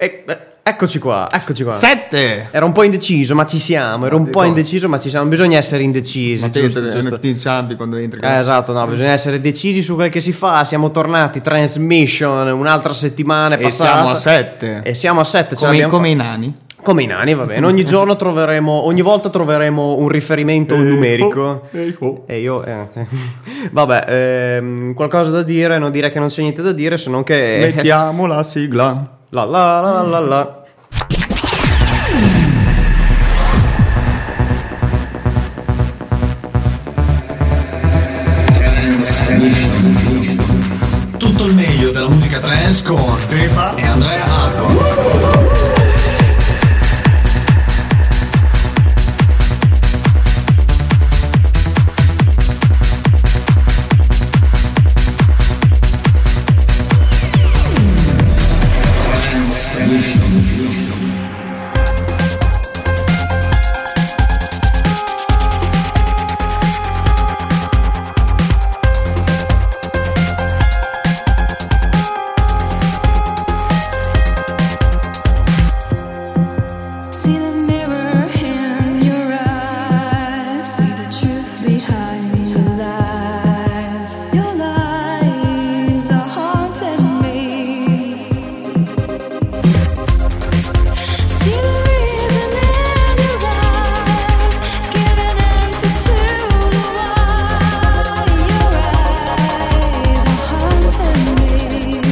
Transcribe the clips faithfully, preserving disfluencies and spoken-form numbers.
E, eh, eccoci qua, eccoci qua. Sette! Era un po' indeciso, ma ci siamo. Era un po' indeciso, ma ci siamo. Bisogna essere indecisi. Ma te giusto, te- giusto. ti inciampi quando entri. Eh, esatto, no, bisogna essere decisi su quel che si fa. Siamo tornati, Transmission, un'altra settimana è E passata. siamo a sette. E siamo a sette, ce Come, l'abbiamo come fa- i nani. Come i nani, va bene. Ogni giorno troveremo, ogni volta troveremo un riferimento numerico. Ehi ho. E io, eh. Vabbè, ehm, qualcosa da dire? Non dire che non c'è niente da dire, se non che. Mettiamo la sigla. La la la la la. Tutto il meglio della musica trance con Stefano e Andrea Arco. See the mirror in your eyes. See the truth behind the lies. Your lies are haunting me. See the reason in your eyes. Give an answer to the why. Your eyes are haunting me.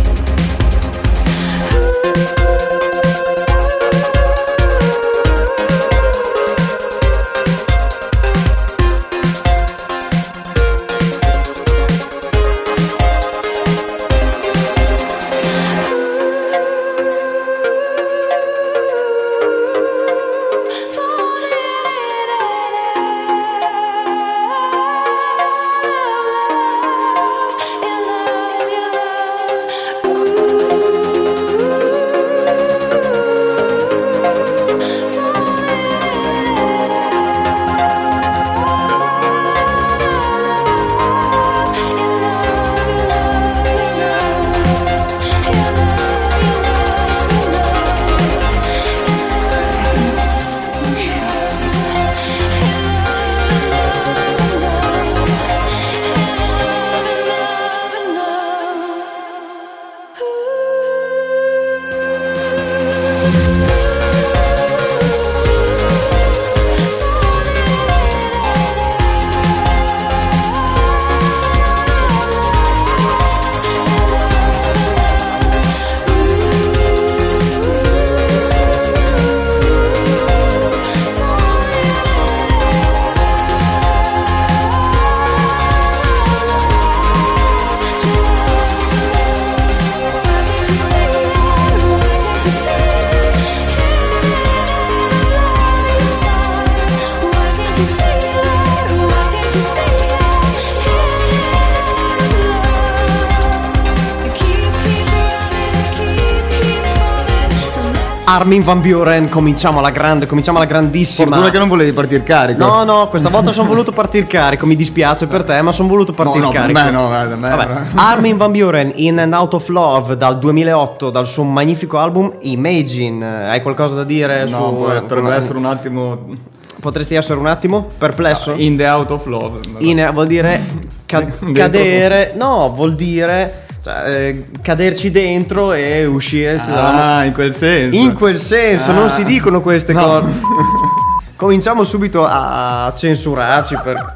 Armin van Buuren, cominciamo alla grande, cominciamo alla grandissima. Fortuna che non volevi partire carico. No, no, questa volta sono voluto partire carico, mi dispiace per te, ma sono voluto partire no, no, carico. Per me no, guarda, me Vabbè, Armin van Buuren, In and Out of Love dal duemilaotto, dal suo magnifico album Imagine. Hai qualcosa da dire no, su potrebbe come- essere un attimo Potresti essere un attimo perplesso? in the out of love. In vuol dire ca- cadere, no, vuol dire cioè, eh, caderci dentro e uscire. Ah, in quel senso. In quel senso, Ah. non si dicono queste No. cose. Cominciamo subito a censurarci per...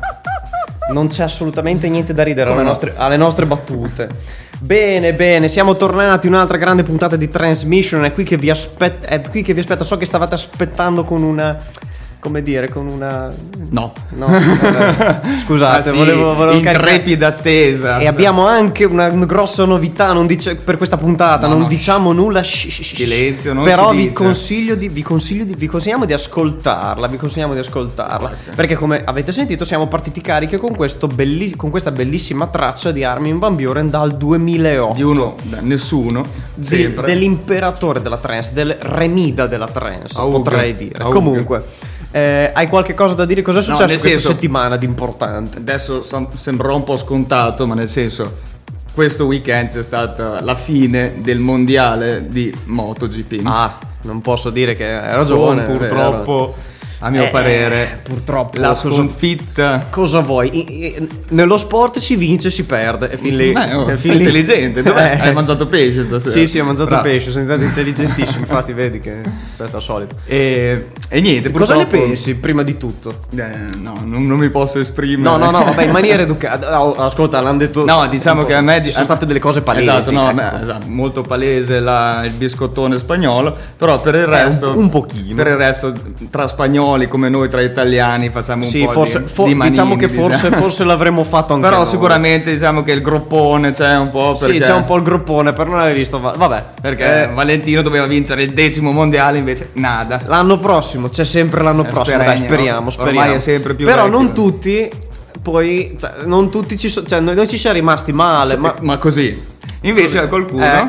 Non c'è assolutamente niente da ridere alle Come no? nostre, alle nostre battute. Bene, bene, siamo tornati, un'altra grande puntata di Transmission. È qui che vi aspetta, è qui che vi aspetta. So che stavate aspettando con una... Come dire, con una... No. No, vabbè. Scusate, Ah, sì, volevo, volevo in caricare- trepida attesa. E abbiamo anche una grossa novità, non dice, per questa puntata, No, non no, diciamo nulla. shh, shh, shh, Silenzio, non Però si vi dice. consiglio di, vi consiglio di, vi consigliamo di ascoltarla, vi consigliamo di ascoltarla. Perché come avete sentito siamo partiti cariche con, questo belli- con questa bellissima traccia di Armin van Buuren dal duemilaotto. Di uno, beh, nessuno, Di- sempre. dell'imperatore della trance, del remida della trance, Auge. potrei dire. Auge. Comunque, eh, hai qualche cosa da dire? Cosa è No, successo nel questa senso- settimana di importante? Adesso sam- sembrerà un po' scontato, ma nel senso, questo weekend c'è stata la fine del mondiale di MotoGP. Ah, non posso dire che hai ragione. Con, purtroppo, a mio Eh, parere, purtroppo la cosa- sconfitta. Cosa vuoi? I- i- nello sport si vince e si perde. E fin lì. Eh, oh, e fin sei lì- intelligente. Dov'è? Eh. Hai mangiato pesce stasera? Sì, sì, ho mangiato Bravo. pesce, sono diventato intelligentissimo. Infatti, vedi che aspetta al solito. E, e niente, Cosa ne purtroppo- pensi prima di tutto? Eh, no, non, non mi posso esprimere. No, no, no, vabbè, in maniera educata. Oh, ascolta, l'hanno detto. No, diciamo che a me ci sono state delle cose palesi. Esatto, no, a me- ecco. esatto, molto palese la- il biscottone spagnolo, però per il Eh, resto un- un pochino. Per il resto tra spagnoli come noi tra italiani facciamo un Sì, po' forse, di, for- di manini, diciamo che forse, diciamo. forse l'avremmo fatto anche Però noi. sicuramente diciamo che il groppone c'è un po' perché Sì, c'è un po' il gruppone, per non aver visto. va- Vabbè, perché eh, Valentino doveva vincere il decimo mondiale, invece nada. l'anno prossimo, c'è sempre l'anno Eh, prossimo. Dai, speriamo. speriamo, Ormai speriamo. è sempre più Però vecchio. non tutti. Poi, cioè, non tutti ci sono. Cioè, noi, noi ci siamo rimasti male. Ma, Ma così. Invece qualcuno Eh.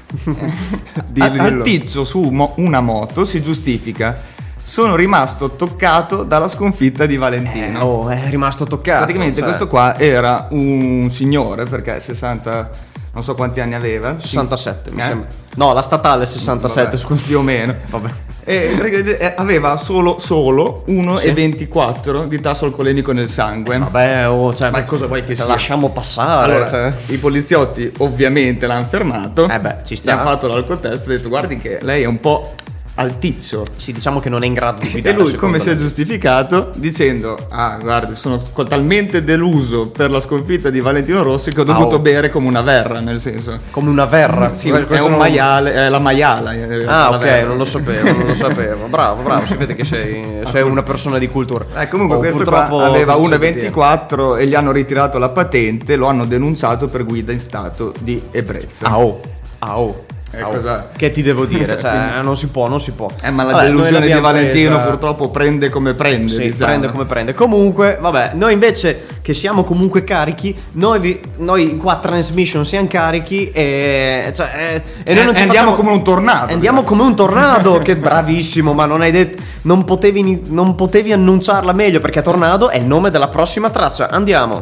a- al tizio su mo- una moto si giustifica: sono rimasto toccato dalla sconfitta di Valentino. Oh, è rimasto toccato. Praticamente cioè, questo qua era un signore, perché sessanta, non so quanti anni aveva. sessantasette, mi Eh? sembra. No, la statale è sessantasette, Vabbè, scusa. più o meno. Vabbè. E praticamente, eh, aveva solo, solo uno virgola ventiquattro di tasso alcolemico nel sangue. Vabbè, oh, cioè, Ma cosa vuoi che te sia? lasciamo passare. Allora, cioè. i poliziotti ovviamente l'hanno fermato. Eh beh, ci Gli sta. hanno fatto l'alcotest e ha detto: guardi che lei è un po' alticcio. Sì, diciamo che non è in grado di E guidare. lui come secondo si è me. giustificato? Dicendo: ah, guardi, sono co- talmente deluso per la sconfitta di Valentino Rossi che ho dovuto oh. bere come una verra, nel senso. Come una verra. Sì, Questo è un non- maiale, è la maiala. in realtà, Ah, la ok, verra. non lo sapevo, non lo sapevo. Bravo, bravo, si vede che sei, sei una persona di cultura. Eh, comunque Oh, questo purtroppo qua aveva questo uno virgola succede. ventiquattro e gli hanno ritirato la patente, lo hanno denunciato per guida in stato di ebbrezza. Ah, oh. Ah, oh. Eh, Ah, oh. cosa- Che ti devo dire? Cioè, Cioè, quindi- non si può, non si può. Eh, ma la Vabbè, noi delusione di l'abbiamo Valentino presa- purtroppo prende come prende. Sì, diciamo. prende come prende. Comunque, vabbè, noi invece che siamo comunque carichi, noi, vi- noi qua Transmission siamo carichi e, cioè, eh, e noi Eh, non ci andiamo facciamo- come un tornado. Andiamo come un tornado, che bravissimo, ma non hai detto, non potevi, ni- non potevi annunciarla meglio perché Tornado è il nome della prossima traccia. Andiamo.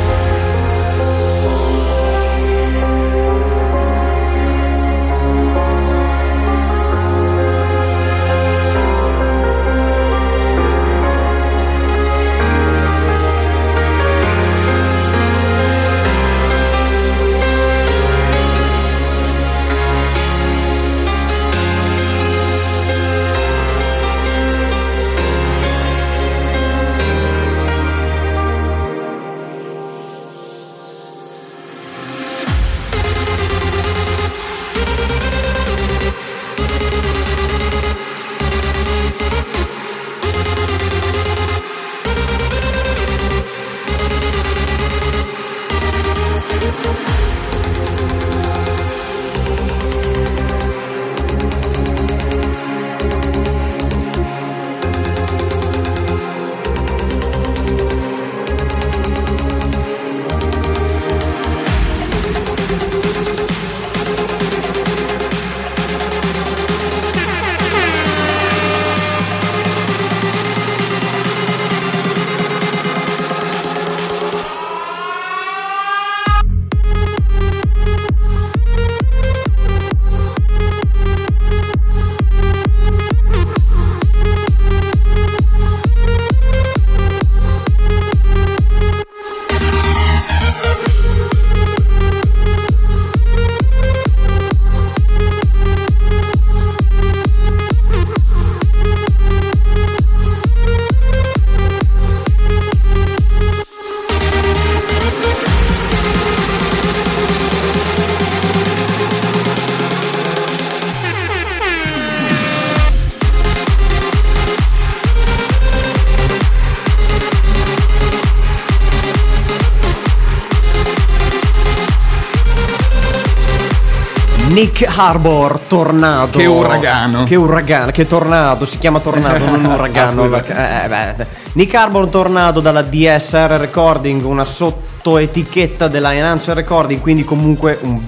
Nick Harbour, Tornado. Che uragano. Che uragano, che tornado, si chiama Tornado, non uragano. Ah, scusa. Eh, beh. Nick Harbour, Tornado dalla D S R Recording, una sottoetichetta della Enhancer Recording, quindi comunque un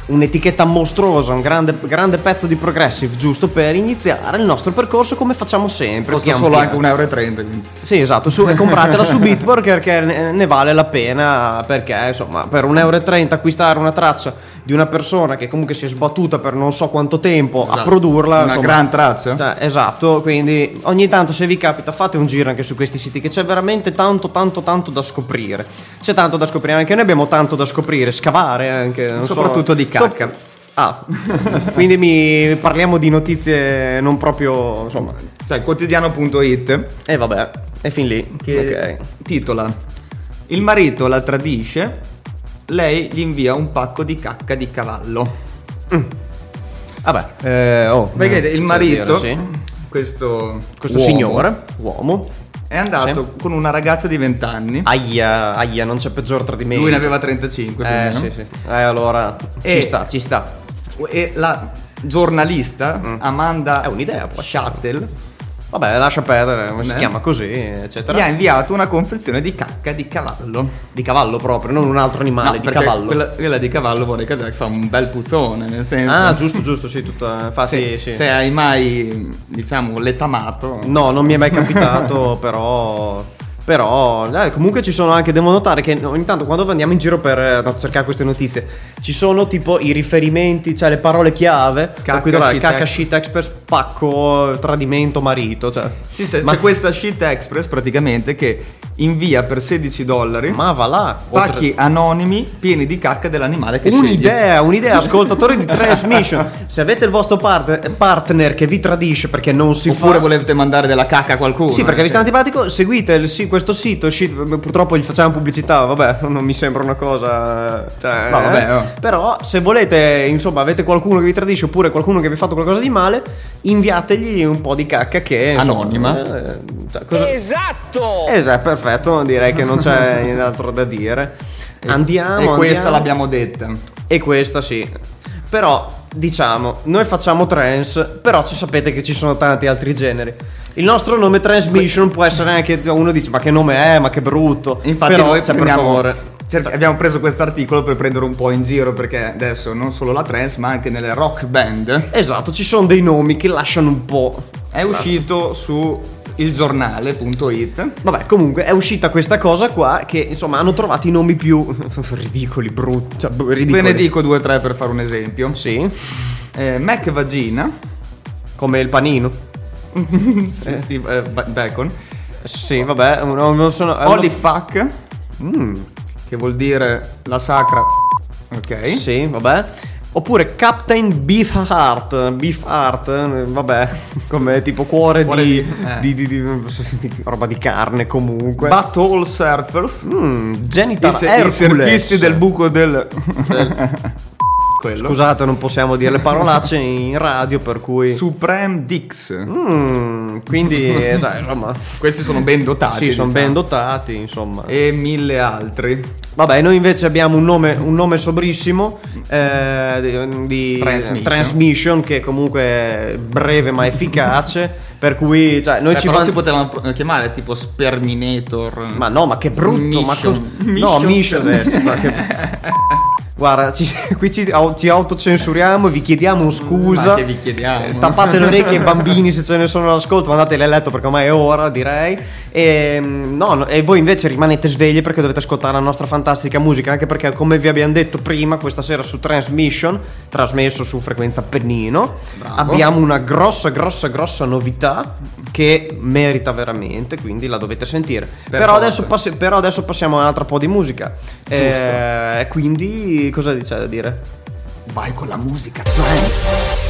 un'etichetta mostruosa, un grande, grande pezzo di progressive giusto per iniziare il nostro percorso come facciamo sempre. Costa pian solo piano. anche un euro e trenta. Quindi. Sì, esatto, su, compratela su Beatport perché ne, ne vale la pena, perché insomma per un euro e trenta acquistare una traccia di una persona che comunque si è sbattuta per non so quanto tempo a Esatto. produrla, Una insomma, gran traccia. cioè, esatto, quindi ogni tanto se vi capita fate un giro anche su questi siti che c'è veramente tanto tanto tanto da scoprire. C'è tanto da scoprire, anche noi abbiamo tanto da scoprire, scavare anche, non so- Soprattutto di cacca. so- ah, quindi mi parliamo di notizie non proprio, insomma. Cioè, quotidiano punto it E vabbè, è fin lì. che Ok. titola: il marito la tradisce, lei gli invia un pacco di cacca di cavallo. Vabbè, eh, oh, Vedete, il c'è da marito, dire, sì. questo, Questo uomo, signore, uomo, è andato con una ragazza di venti anni. aia, aia, non c'è peggior tradimento. Lui ne aveva trentacinque più o Eh, meno. sì, sì. Eh, allora, E- ci sta, ci sta. E la giornalista Amanda È un'idea, può essere. Shuttle Vabbè, lascia perdere, si Eh. chiama così, eccetera. gli ha inviato una confezione di cacca di cavallo. Di cavallo proprio, non un altro animale, di perché cavallo. Quella, quella di cavallo vorrei che fa un bel puzzone, nel senso. Ah, giusto, giusto, sì, tutta. Infatti, se, sì. se hai mai, diciamo, letamato. No, non mi è mai capitato, però. Però eh, comunque ci sono anche, devo notare che ogni tanto quando andiamo in giro per eh, no, cercare queste notizie ci sono tipo i riferimenti, cioè le parole chiave. Cacca, per cui dov'è? shit Cacca, ex- shit expert, spacco, tradimento, marito, cioè. Sì, se, Ma- se questa Shit Express praticamente che invia per sedici dollari Ma va là. pacchi anonimi pieni di cacca dell'animale che scegli. Un'idea, un'idea, ascoltatori di Transmission. Se avete il vostro part- partner che vi tradisce perché non si Oppure fa. volete mandare della cacca a qualcuno. Sì, perché eh, vi sta sì. antipatico, seguite il- sì, questo sito. shit, purtroppo gli facciamo pubblicità, vabbè, non mi sembra una cosa. Cioè, Ma vabbè, eh. oh. Però, se volete, insomma, avete qualcuno che vi tradisce oppure qualcuno che vi ha fatto qualcosa di male, inviategli un po' di cacca che. insomma, Anonima. eh, cioè, cosa- Esatto! Eh, beh, perfetto, direi che non c'è altro da dire. Andiamo. E questa andiamo. l'abbiamo detta. E questa sì. Però, diciamo, noi facciamo trance, però ci sapete che ci sono tanti altri generi. Il nostro nome Transmission può essere anche, uno dice, ma che nome è, ma che brutto. Infatti però, noi cioè, per prendiamo- favore. cerca- abbiamo preso questo articolo per prendere un po' in giro, perché adesso non solo la trance ma anche nelle rock band Esatto, ci sono dei nomi che lasciano un po'. è uscito su il giornale punto it. Vabbè, comunque è uscita questa cosa qua che, insomma, hanno trovato i nomi più ridicoli, brutti, cioè, b- ridicoli. Ve ne dico due o tre per fare un esempio. Sì, eh, Mac Vagina. come il panino. sì, sì, eh, ba- bacon. Sì, vabbè, non non sono... Holy fuck, Mm, che vuol dire la sacra. Ok. sì, vabbè. Oppure Captain Beef Heart, Beef Heart, eh, vabbè, come tipo cuore, Cuore di, di- di, eh. di- di- di roba di carne comunque. Butthole Surfers. Mm, I, Genital se- i Hercules. servizi del buco del. Quello. Scusate, non possiamo dire le parolacce in radio, per cui... Supreme Dix. Mm, quindi, eh, cioè, insomma... Questi sono ben dotati. Sì, sono diciamo. ben dotati, insomma. E mille altri. Vabbè, noi invece abbiamo un nome, un nome sobrissimo eh, di, di Transmission. Transmission, che comunque è breve ma efficace, per cui cioè, noi Eh, ci però van- si potevano pro- chiamare tipo Sperminator. Ma no, ma che brutto, ma Mission. co- no, Mission. Mission, eh, sì, ma che- Guarda, ci- qui ci, au- ci autocensuriamo e vi chiediamo scusa. Ma che vi chiediamo? Eh, Tappate le orecchie ai bambini se ce ne sono all'ascolto, mandateli a letto perché ormai è ora, direi. E, mm, no, no, e voi invece rimanete svegli perché dovete ascoltare la nostra fantastica musica, anche perché, come vi abbiamo detto prima, questa sera su Transmission, trasmesso su frequenza Pennino, Bravo. abbiamo una grossa, grossa, grossa novità che merita veramente, quindi la dovete sentire. Per Però forza. adesso, passi- però adesso passiamo a un altro po' di musica. Eh, quindi cosa c'è da dire? Vai con la musica trance.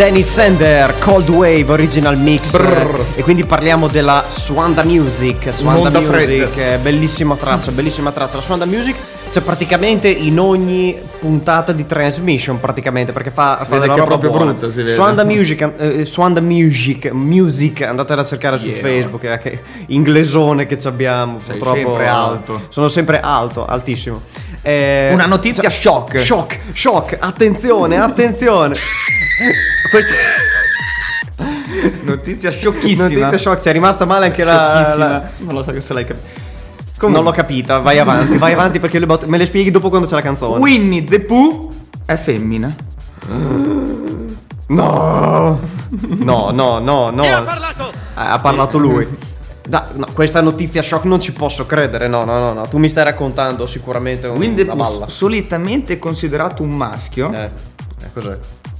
Dennis Sander, Cold Wave Original Mix. Brrr. E quindi parliamo della Swanda Music. Swanda Monda Music, fredda. eh, bellissima traccia, bellissima traccia. La Swanda Music c'è praticamente in ogni puntata di Transmission, praticamente, perché fa, fa vede della che è roba proprio buona. brutta, si vede. Swanda Music, eh, Swanda Music, Music, andatela a cercare su Yeah. Facebook, eh, che inglesone che ci abbiamo. Sei purtroppo sempre alto. Sono sempre alto, altissimo. Eh, Una notizia shock. Shock, shock, attenzione, attenzione. Questa Notizia sciocchissima. notizia shock, ci è rimasta male anche la, Sciocchissima. la- Non lo so se l'hai capito. Non l'ho capita, vai avanti, vai avanti perché le bot- me le spieghi dopo quando c'è la canzone. Winnie the Pooh è femmina. No, no, no, no, no. Ha parlato? ha parlato lui. Da- no, questa notizia shock non ci posso credere, no, no, no, no. Tu mi stai raccontando sicuramente un- Winnie the una Pooh, balla. solitamente considerato un maschio, Eh, eh, cos'è?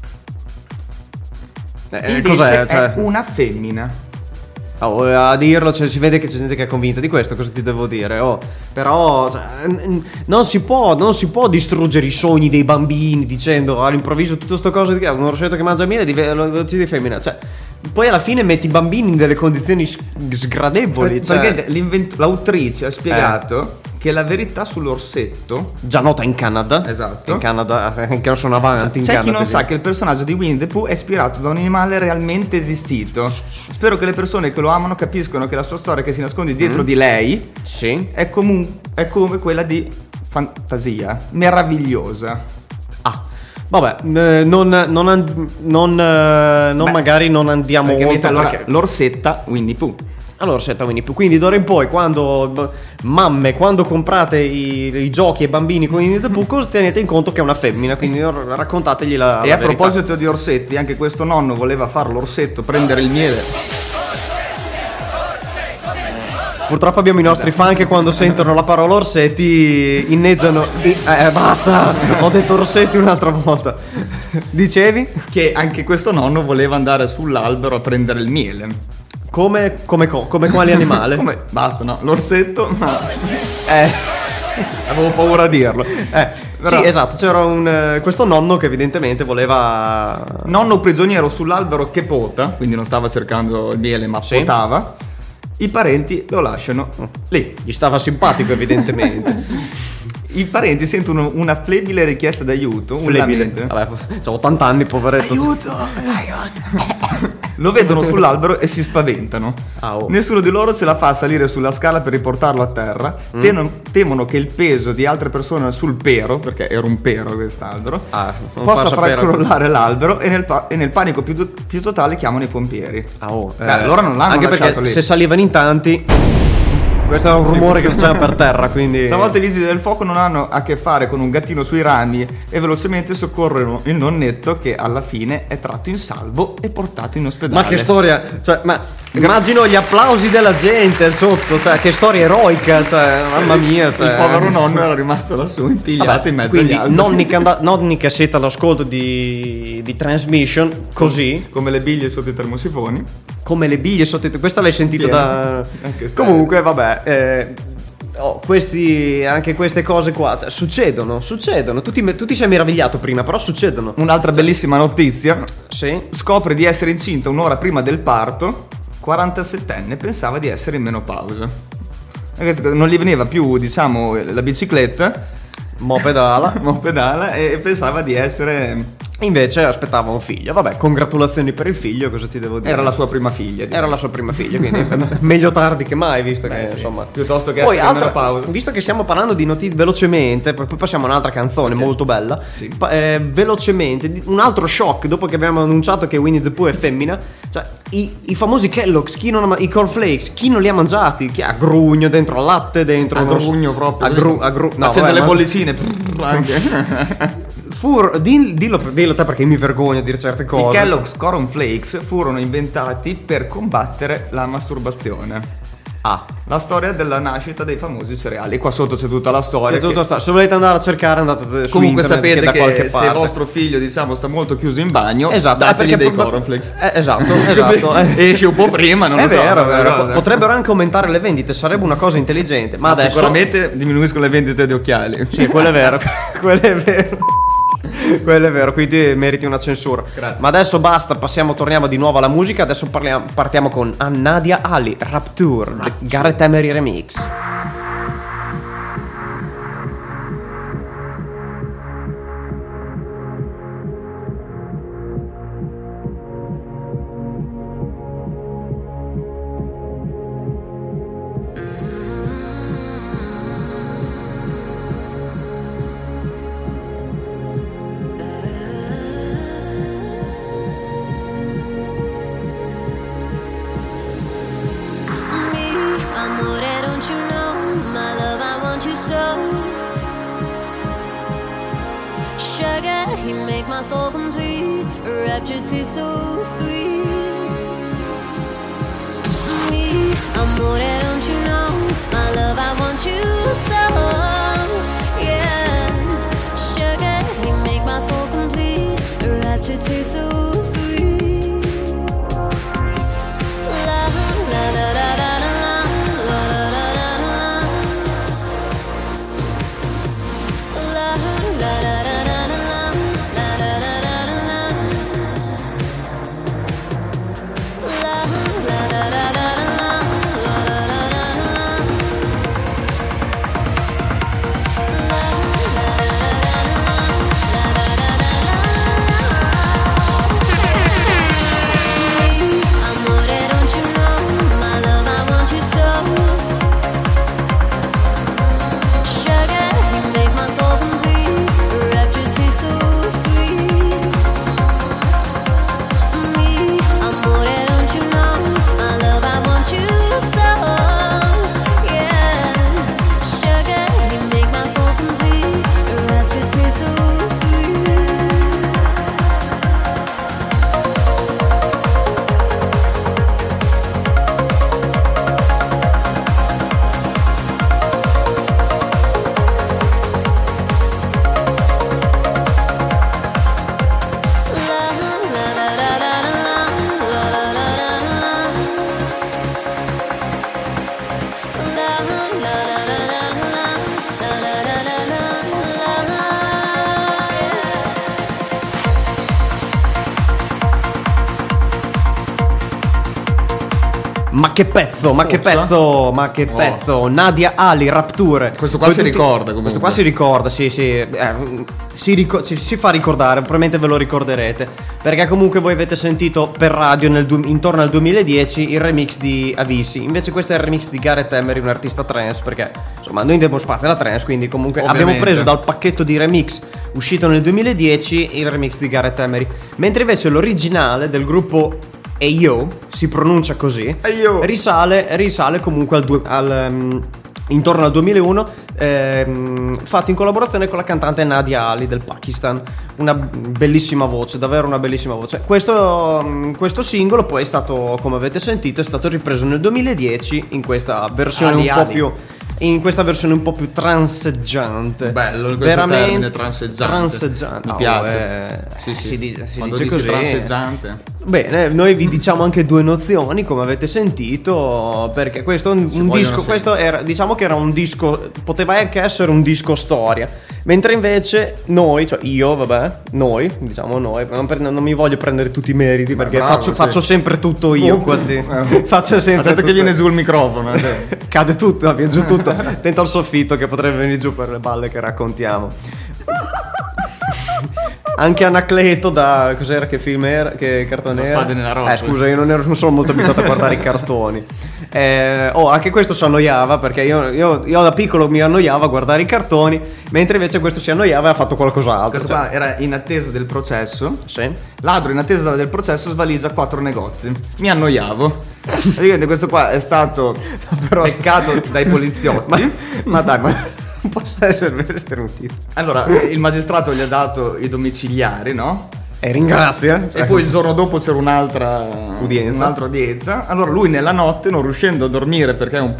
Eh, invece cos'è? è Cioè, una femmina. oh, a dirlo, cioè, si vede che c'è gente che è convinta di questo, cosa ti devo dire? Oh, però cioè, n- non, si può, non si può distruggere i sogni dei bambini dicendo all'improvviso tutto sto coso di un orsetto che mangia miele div- lo, lo uccidi femmina. Cioè, poi alla fine metti i bambini in delle condizioni s- sgradevoli. Cioè, Perché l'invent- l'autrice ha spiegato che la verità sull'orsetto. già nota in Canada. Esatto. In Canada, eh, che sono avanti. in C'è chi Canada, non sa quindi. che il personaggio di Winnie the Pooh è ispirato da un animale realmente esistito. Spero che le persone che lo amano capiscono che la sua storia che si nasconde dietro di lei Sì. è, comun- è come quella di fantasia meravigliosa. Ah. Vabbè, eh, non, non, and- non, eh, non Beh, magari non andiamo Perché oltre avete allora perché- l'orsetta Winnie Pooh. Allora, setta Winnie Pooh. Quindi d'ora in poi, quando b- mamme, quando comprate i, i giochi ai bambini con Winnie the Pooh, cos- tenete in conto che è una femmina, quindi r- raccontategli la, E la a verità. proposito di orsetti, anche questo nonno voleva far l'orsetto, prendere il miele. Purtroppo abbiamo i nostri fan che quando sentono la parola orsetti inneggiano. i- eh, basta! Ho detto orsetti un'altra volta. Dicevi? Che anche questo nonno voleva andare sull'albero a prendere il miele. Come, come, co- come quali animale? Come? Basta, no? L'orsetto, ma Eh. avevo paura a dirlo. Eh, Però- sì, esatto, c'era un, eh, questo nonno che evidentemente voleva. Nonno prigioniero sull'albero che pota, quindi non stava cercando il miele ma Sì. potava. I parenti lo lasciano lì. Gli stava simpatico, evidentemente. I parenti sentono una flebile richiesta d'aiuto, un Flebile. lamento. Vabbè, c'ho ottanta anni, poveretto. Lo vedono sull'albero e si spaventano. Ah, oh. Nessuno di loro ce la fa a salire sulla scala per riportarlo a terra. Mm. Teno- temono che il peso di altre persone sul pero, perché era un pero quest'albero, Ah, non possa fa far sapere- crollare l'albero e nel, pa- e nel panico più, più totale chiamano i pompieri. Ah, oh, Beh, allora non l'hanno anche lasciato perché lì. se salivano in tanti, questo era un rumore che faceva per terra, quindi. Stavolta i vigili del fuoco non hanno a che fare con un gattino sui rami e velocemente soccorrono il nonnetto che alla fine è tratto in salvo e portato in ospedale. Ma che storia, cioè, ma immagino gli applausi della gente sotto, cioè, che storia eroica, cioè, mamma mia, cioè. Il povero nonno era rimasto lassù impigliato Vabbè, in mezzo quindi agli altri. nonni che, and- nonni che siete all'ascolto di, di Transmission, così, Come le biglie sotto i termosifoni. come le biglie sotto i- questa l'hai sentita Pieno. da. Anche stai- Comunque, vabbè, eh, oh, questi, anche queste cose qua cioè, succedono, succedono. Tu ti, tu ti sei meravigliato prima, però succedono. Un'altra bellissima notizia. Sì. Scopre di essere incinta un'ora prima del parto. quarantasettenne pensava di essere in menopausa. E non gli veniva più, diciamo, la bicicletta, Mo pedala. ma pedala e pensava di essere. Invece aspettava un figlio. Vabbè, congratulazioni per il figlio, cosa ti devo dire? Era la sua prima figlia. Era la sua prima figlia, quindi meglio tardi che mai, visto Beh, che sì. insomma. Piuttosto che Poi, essere in altra- menopausa. visto che stiamo parlando di notizie velocemente, poi poi passiamo a un'altra canzone molto bella. Sì. Pa- eh, velocemente, di- un altro shock dopo che abbiamo annunciato che Winnie the Pooh è femmina. Cioè, i, i famosi Kellogg's, chi non ha ma- i cornflakes, chi non li ha mangiati? Chi ha grugno dentro al latte, dentro A non so- grugno proprio. A gru, a gru, no, Accende vabbè, le ma- bollicine. prrr, anche. Fur, di- dillo, dillo te perché mi vergogno a dire certe I cose. Kellogg's Cornflakes furono inventati per combattere la masturbazione. Ah. La storia della nascita dei famosi cereali. Qua sotto c'è tutta la storia. È tutto che- sta- Se volete andare a cercare andate su Comunque internet, sapete che da che, qualche se parte. il vostro figlio diciamo sta molto chiuso in bagno, Esatto, dategli eh, perché dei prob- cornflakes. Eh, esatto, Così esatto. eh. esce un po' prima, non È lo so. vero, è una vero. cosa. Potrebbero anche aumentare le vendite, sarebbe una cosa intelligente. Ma Ma adesso sicuramente diminuiscono le vendite di occhiali. sì, quello è vero. quello è vero. Quello è vero, quindi meriti una censura. Grazie. Ma adesso basta, passiamo, torniamo di nuovo alla musica. Adesso parliamo, partiamo con Nadia Ali, Rapture, The Gareth Emery Remix. Amore, don't you know, my love, I want you so. Sugar, you make my soul complete. Rapture taste so sweet. Me, amore, don't you know, my love, I want you so. Yeah, sugar, you make my soul complete. Rapture taste so sweet. La la la la la. Ma che pezzo, ma che Forza. pezzo, ma che Oh. pezzo. Nadia Ali, Rapture. Questo qua Poi si ricorda, comunque. Questo qua si ricorda, sì, sì. Eh, si, rico- si, si fa ricordare, probabilmente ve lo ricorderete. Perché comunque voi avete sentito per radio nel du- intorno al duemiladieci il remix di Avicii. Invece questo è il remix di Gareth Emery, un artista trance. Perché insomma noi diamo spazio alla trance, quindi comunque Ovviamente. abbiamo preso dal pacchetto di remix uscito nel duemiladieci il remix di Gareth Emery. Mentre invece l'originale del gruppo Ayo, si pronuncia così, Ayo. risale, risale comunque al, due- al um, intorno al duemilauno, ehm, fatto in collaborazione con la cantante Nadia Ali del Pakistan. Una bellissima voce, davvero una bellissima voce. Questo, um, questo singolo poi è stato, come avete sentito, è stato ripreso nel duemiladieci in questa versione Ali un po' Ali. più in questa versione un po' più transeggiante. Bello questo veramente termine, transeggiante. transeggiante. Mi Oh, piace. eh, Sì, sì. si dice, si Quando dice dici così. transeggiante. Bene, noi vi diciamo anche due nozioni, come avete sentito, perché questo è un, un vogliono disco, sentire. questo era, diciamo che era un disco, poteva anche essere un disco storia, mentre invece noi, cioè io, vabbè, noi, diciamo noi, non, per- non mi voglio prendere tutti i meriti, perché bravo, faccio, sì. faccio sempre tutto io qua dentro. Eh. Faccio sempre Aspetta che tutto- viene giù il microfono. eh. Cade tutto, viene giù tutto. Dentro al soffitto che potrebbe venire giù per le balle che raccontiamo. Anche Anacleto da cos'era, che film era, che cartone La era? Spada nella roccia. Eh scusa, io non, ero, non sono molto abituato a guardare i cartoni. Eh, oh, anche questo si annoiava, perché io, io, io da piccolo mi annoiavo a guardare i cartoni, mentre invece questo si annoiava e ha fatto qualcos'altro. Questo cioè. qua era in attesa del processo. Sì. Ladro in attesa del processo svaligia quattro negozi. Mi annoiavo. Praticamente questo qua è stato Però beccato dai poliziotti. Ma, ma dai, ma non posso essere vero sternuto. Allora, il magistrato gli ha dato i domiciliari, no? E ringrazia. E poi il giorno dopo c'era un'altra Udienza. un'altra udienza. Allora lui nella notte, non riuscendo a dormire perché è un po'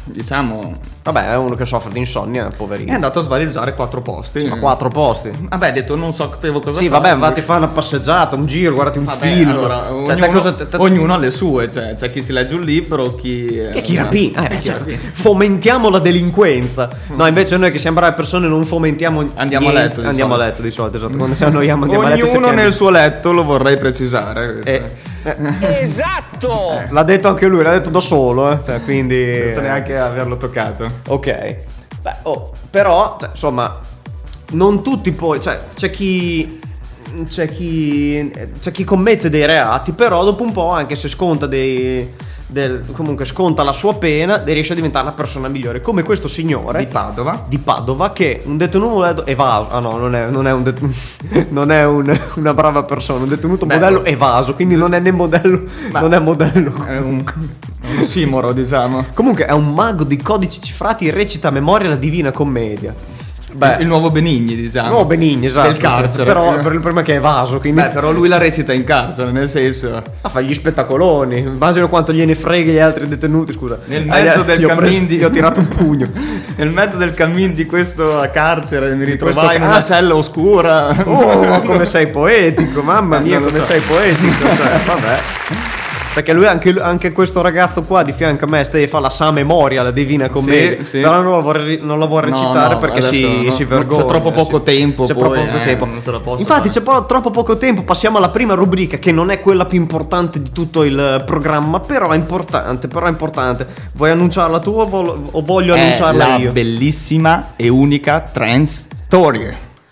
diciamo, Vabbè, è uno che soffre di insonnia, è poverino. andato a svaligiare quattro posti. Ma quattro posti. Vabbè, ha detto non sapevo cosa Sì, fare. vabbè, vatti a fare una passeggiata, un giro, guardati un Vabbè, film. allora, Cioè, ognuno, te cosa- te- te- ognuno ha le sue, cioè c'è chi si legge un libro, chi... Che chi rapina? Eh, chi cioè, rapina. fomentiamo la delinquenza. No, invece noi che siamo brave persone non fomentiamo Andiamo a niente. letto di Andiamo solito. a letto di solito, esatto. Quando ci annoiamo andiamo a letto. e Ognuno cerchiamo nel di- suo letto, lo vorrei precisare. questo. Eh, Esatto! L'ha detto anche lui, l'ha detto da solo, eh. Cioè, quindi. Senza neanche averlo toccato. Ok. Beh, oh, però, cioè, insomma, non tutti poi, cioè, c'è chi c'è chi c'è chi commette dei reati, però dopo un po', anche se sconta dei del, comunque sconta la sua pena, riesce a diventare una persona migliore, come questo signore Di Padova. di Padova, che un detenuto modello evaso. Ah no, non è, non è, un det- non è un- una brava persona, un detenuto Beh, modello evaso, quindi non è né modello, Ma- non è modello. È un, un ossimoro, diciamo. Comunque è un mago di codici cifrati e recita a memoria la Divina Commedia. Beh, Il nuovo Benigni, diciamo. no, Benigni, esatto. Del carcere. Però per il problema è che è evaso, quindi Beh, però lui la recita in carcere, nel senso... ah, fa gli spettacoloni. Immagino quanto gliene freghi gli altri detenuti, scusa. Nel Ah, mezzo gli- del gli ho preso- cammin di- gli ho tirato un pugno. Nel mezzo del cammin di questo carcere mi questo ritrovai in una carcere. cella oscura. Oh, come sei poetico, mamma Eh, mia, non lo come so. sei poetico. Cioè, vabbè. Perché lui, anche, anche questo ragazzo qua di fianco a me, Ste, fa la sa memoria, la Divina Commedia. sì. Però non la vorrei, non la vuoi No, recitare no, perché adesso si, no. si C'è vergogna. troppo poco sì. tempo, C'è poi, troppo poco eh, tempo. non se la posso Infatti, fare. c'è po- troppo poco tempo. Passiamo alla prima rubrica, che non è quella più importante di tutto il programma, però è importante. Però è importante. Vuoi annunciarla tu o, vol- o voglio È annunciarla la io? bellissima e unica Trance Story.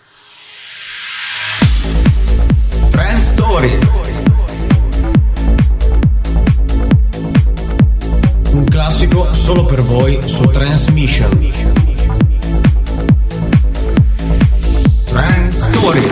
Trend Story. Un classico solo per voi su Transmission. Trend Story.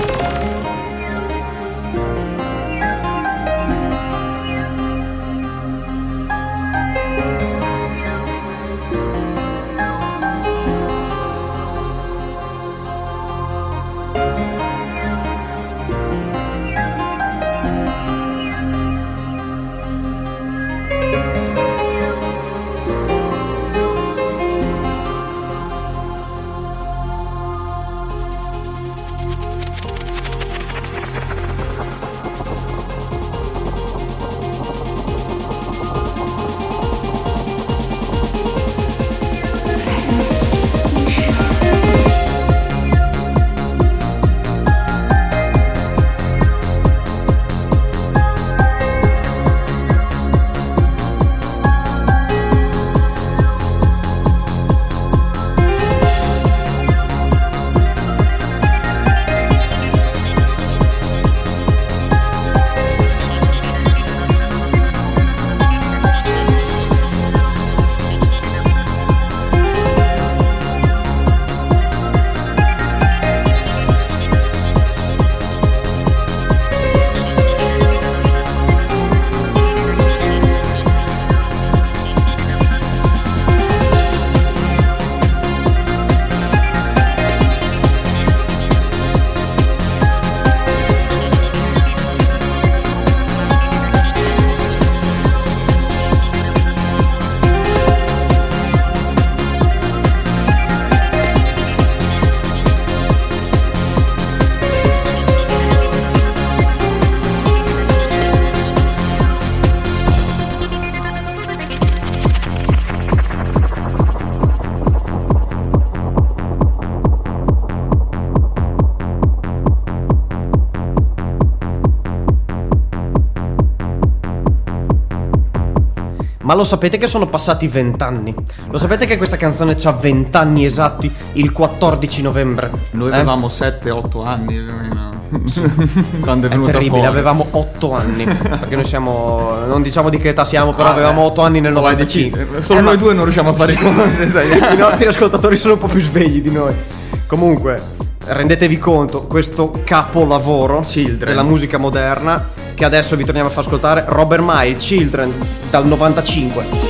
Ma lo sapete che sono passati vent'anni? Lo sapete che questa canzone c'ha vent'anni esatti il quattordici novembre? Noi Eh? avevamo sette otto anni più o meno. Quando è È venuta terribile, fuori. avevamo otto anni. Perché noi siamo. Non diciamo di che età siamo, però Ah, avevamo eh. otto anni nel Vai, novantacinque. decidi. Solo Eh, noi ma- due non riusciamo a fare i conti, sai. I nostri ascoltatori sono un po' più svegli di noi. Comunque, rendetevi conto, questo capolavoro Children. della musica moderna, che adesso vi torniamo a far ascoltare, Robert Miles, Children, dal novantacinque.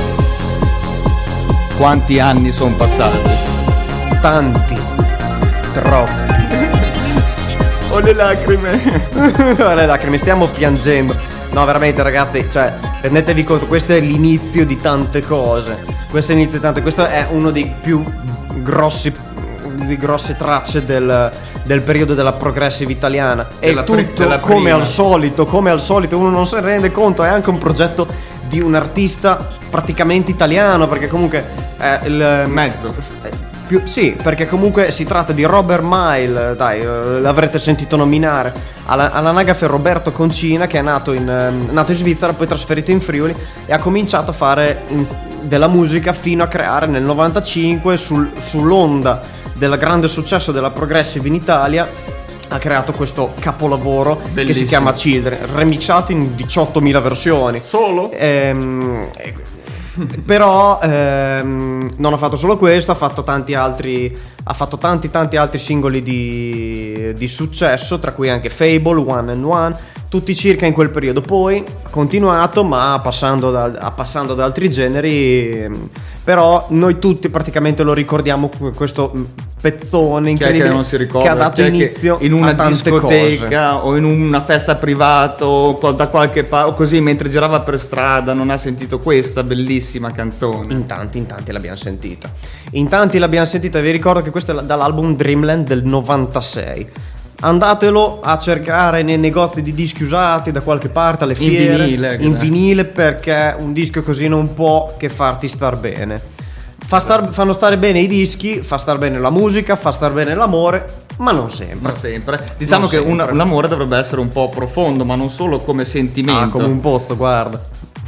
Quanti anni sono passati? Tanti, Troppo. Ho le lacrime. Ho le lacrime, stiamo piangendo. No, veramente ragazzi, cioè, rendetevi conto, questo è l'inizio di tante cose. Questo è l'inizio di tante, questo è uno dei più grossi, di grosse tracce del, del periodo della progressive italiana. E Della pri- tutto della come prima. al solito, come al solito, uno non se ne rende conto, è anche un progetto di un artista praticamente italiano, perché comunque è il Mezzo. più, sì, perché comunque si tratta di Robert Mile, dai, eh, l'avrete sentito nominare, alla- all'anagrafe Roberto Concina, che è nato in, ehm, nato in Svizzera, poi trasferito in Friuli e ha cominciato a fare mm, della musica fino a creare nel novantacinque, sul- sull'onda del grande successo della progressive in Italia, ha creato questo capolavoro che si Bellissimo. chiama Children, remixato in diciottomila versioni. Solo? Ehm, però ehm, non ha fatto solo questo, ha fatto tanti altri, ha fatto tanti tanti altri singoli di, di successo, tra cui anche Fable, One and One, tutti circa in quel periodo. Poi ha continuato, ma passando da, passando da altri generi, ehm, però noi tutti praticamente lo ricordiamo questo pezzone Chi è incredibile che non si ricorda? che ha dato Chi è che inizio in una a tante discoteca cose. o in una festa privata o qual- da qualche parte, o così mentre girava per strada non ha sentito questa bellissima canzone. In tanti, in tanti l'abbiamo sentita. In tanti l'abbiamo sentita. Vi ricordo che questo è dall'album Dreamland del novantasei. Andatelo a cercare nei negozi di dischi usati da qualche parte, alle In fiere, vinile, in eh. vinile, perché un disco così non può che farti star bene. Fa star, fanno stare bene i dischi, fa star bene la musica, fa star bene l'amore, ma non sempre. Ma sempre. Diciamo Non che un- sempre. l'amore dovrebbe essere un po' profondo, ma non solo come sentimento. Ah, come un pozzo, guarda.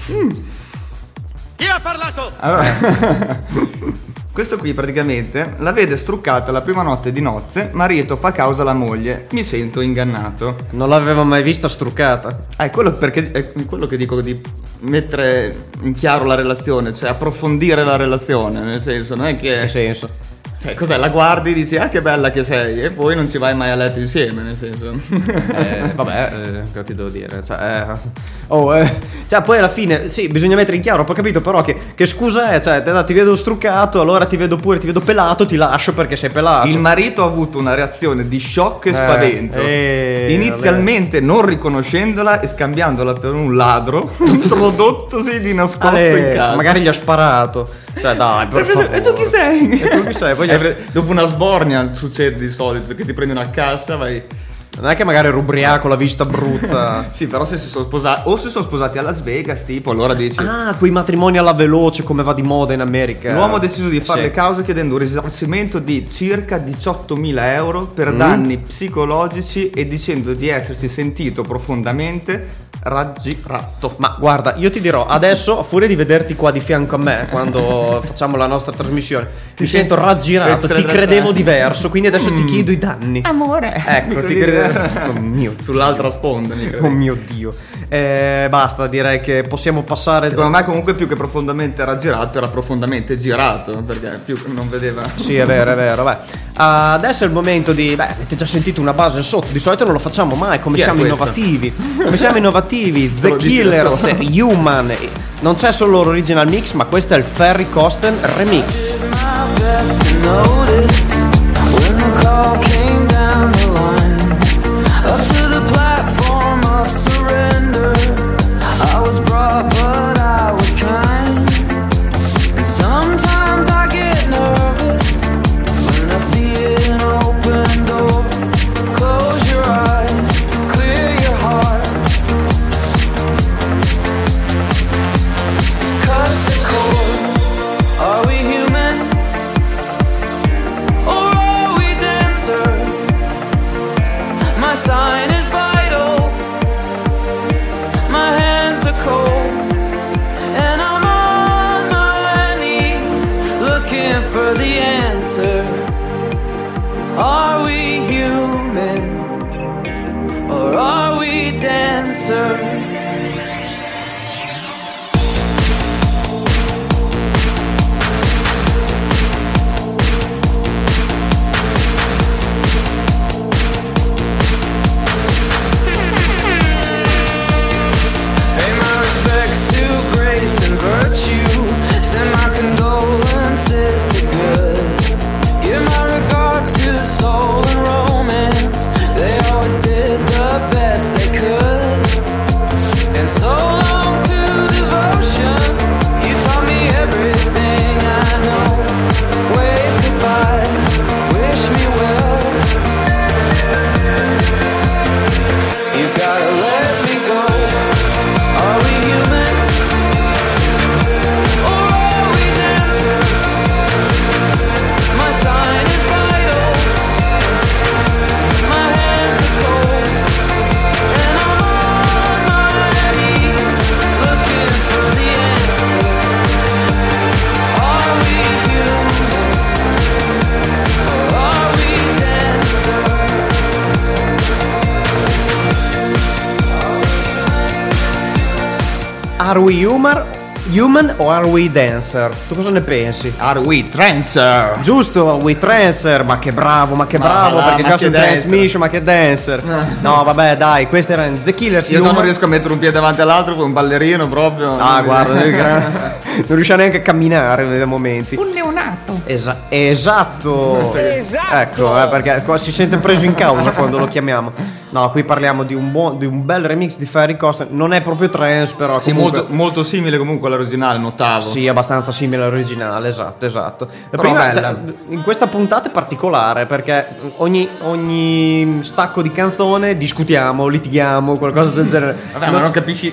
Allora, questo qui praticamente la vede struccata la prima notte di nozze, marito fa causa alla moglie, mi sento ingannato. Non l'avevo mai vista struccata. Ah, è quello, perché, è quello che dico di mettere in chiaro la relazione, cioè approfondire la relazione, nel senso, non è che... Che senso? Cioè, cos'è? La guardi e dici, ah che bella che sei, e poi non ci vai mai a letto insieme, nel senso... Eh, vabbè, eh, cosa ti devo dire? Cioè, eh, oh, eh, cioè, poi alla fine, sì, bisogna mettere in chiaro. Ho capito, però, che, che scusa è? Cioè, te- ti vedo struccato, allora ti vedo pure, ti vedo pelato, ti lascio perché sei pelato. Il marito ha avuto una reazione di shock e Eh, spavento, eh, inizialmente non riconoscendola e scambiandola per un ladro, introdottosi di nascosto Ale, in casa. magari gli ha sparato. Cioè, dai, per Sempre- favore. E tu chi sei? E tu chi sei? Poi gli Eh, ha- pre- dopo una sbornia succede di solito che ti prendi una cassa, vai. Non è che magari era ubriaco, la vista brutta. Sì, però se si sono sposati o se sono sposati a Las Vegas, tipo, allora dici Ah, quei matrimoni alla veloce come va di moda in America. l'uomo ha deciso di fare Sì. le cause chiedendo un risarcimento di circa diciottomila euro per Mm. danni psicologici e dicendo di essersi sentito profondamente raggirato. Ma guarda, io ti dirò, adesso a furia di vederti qua di fianco a me quando facciamo la nostra trasmissione, ti, Ti sento sento- raggirato, ti Essere- credevo diverso, quindi adesso ti chiedo i danni. Amore, Ecco, ti credevo. Oh mio Dio. sull'altra sponda, mi credi? Oh mio Dio. Eh, basta, direi che possiamo passare. Secondo me comunque più che profondamente raggirato era profondamente girato, perché più non vedeva. Sì, è vero, è vero. Beh. Ah, adesso è il momento di. Beh, avete già sentito una base sotto. Di solito non lo facciamo mai. Come Chi è siamo questa? innovativi. Come siamo innovativi. Te The lo dici da Killers, solo. Human. Non c'è solo l'original mix, ma questo è il Ferry Costen remix. My best to notice when the call came down the line up to the platform of surrender. I was brought, but I was kind. And sometimes I get nervous when I see an open door. Close your eyes, clear your heart. Cut the cord. Are we human? Or are we dancer? My sign is vital. My hands are cold. And I'm on my knees looking for the answer. Are we human? Or are we dancer? Pay my respects to grace and virtue. Send my condolences to good. Give my regards to soul Are we human, human o are we dancer? Tu cosa ne pensi? Are we trancer? Giusto, we Trancer, ma che bravo, ma che Ma bravo, va là, perché ma siamo che su dancer. Transmission, ma che dancer. No, vabbè, dai, questi erano The Killers. Io già non Human. riesco a mettere un piede davanti all'altro con un ballerino proprio. Ah, Non- guarda, noi gran- non riusciamo neanche a camminare nei momenti. Un neonato. Esa- esatto. Esatto. Ecco, eh, perché qua si sente preso in causa quando lo chiamiamo. No, qui parliamo di un, buon, di un bel remix di Ferry Costa. Non è proprio trance, però Sì, comunque- molto, molto simile comunque all'originale, notavo. Sì, abbastanza simile all'originale, esatto, esatto. Però Prima, bella. cioè, in questa puntata è particolare perché ogni, ogni stacco di canzone discutiamo, litighiamo, qualcosa del genere. Vabbè, Non- ma non capisci.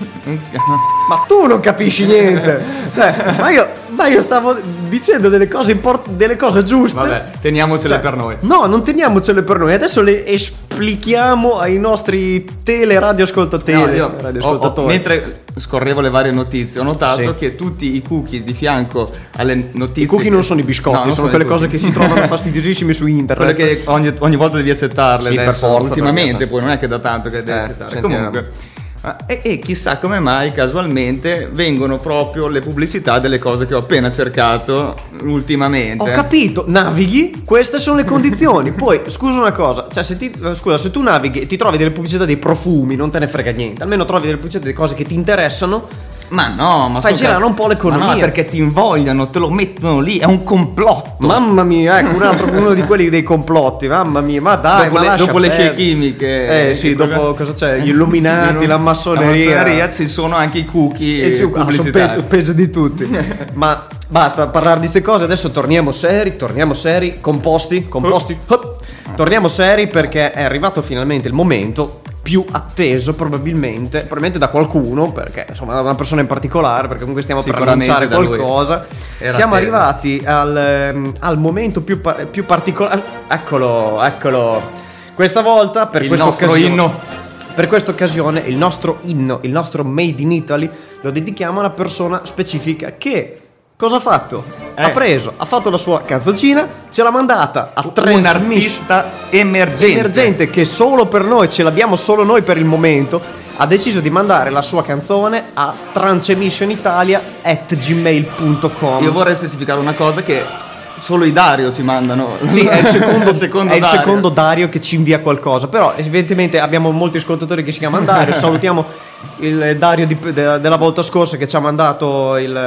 ma tu non capisci niente. Cioè, ma io, ma io stavo dicendo delle cose import- delle cose giuste. Vabbè, teniamocele Cioè, per noi. No, non teniamocele per noi. Adesso le esplichiamo ai nostri tele radioascoltatori. No, io ho- ho- radioascoltatori. mentre scorrevo le varie notizie, ho notato Sì. che tutti i cookie di fianco alle notizie. I cookie che- non sono i biscotti, No, non sono quelle i cose cookie. che si trovano fastidiosissime su internet. Quelle che ogni, ogni volta devi accettarle Sì, per adesso, forza, ultimamente, perché- poi non è che da tanto che devi Eh, accettare. sentiamo. Comunque, ah, e, e chissà come mai casualmente vengono proprio le pubblicità delle cose che ho appena cercato ultimamente. Ho capito, navighi, queste sono le condizioni. Poi, scusa una cosa, cioè se ti, scusa, se tu navighi e ti trovi delle pubblicità dei profumi, non te ne frega niente, almeno trovi delle pubblicità delle cose che ti interessano. Ma no, ma Fai sto girare ca- un po' l'economia. Ma no, perché ti invogliano, te lo mettono lì, è un complotto. Mamma mia, ecco un altro uno di quelli dei complotti, mamma mia, ma dai, dopo ma le, lascia dopo le scie perdere. chimiche. Eh sì, e dopo quello- cosa c'è? Gli illuminati, la massoneria. La massoneria, ci sono anche i cookie E ci- ah, sono pubblicitari. peggio, peggio di tutti. Ma basta parlare di queste cose, adesso torniamo seri, torniamo seri, composti, composti. Hop. Torniamo seri perché è arrivato finalmente il momento più atteso probabilmente, probabilmente da qualcuno, perché insomma da una persona in particolare, perché comunque stiamo per Sicuramente annunciare da lui. qualcosa. Era Siamo atteso. arrivati al, ehm, al momento più, par- più particolare. Eccolo, eccolo. Questa volta per Il questa nostro occasione- inno. Per questa occasione il nostro inno, il nostro Made in Italy, lo dedichiamo a una persona specifica che cosa ha fatto? Ha Eh. preso, ha fatto la sua canzoncina, ce l'ha mandata a Un Transmission artista emergente. emergente che solo per noi, ce l'abbiamo solo noi per il momento, ha deciso di mandare la sua canzone a transmissionitalia at gmail punto com. Io vorrei specificare una cosa che solo i Dario ci mandano. Sì, è il secondo, Il secondo è il Dario. secondo Dario che ci invia qualcosa. Però evidentemente abbiamo molti ascoltatori che si chiamano Dario. Salutiamo il Dario di- de- della volta scorsa che ci ha mandato il,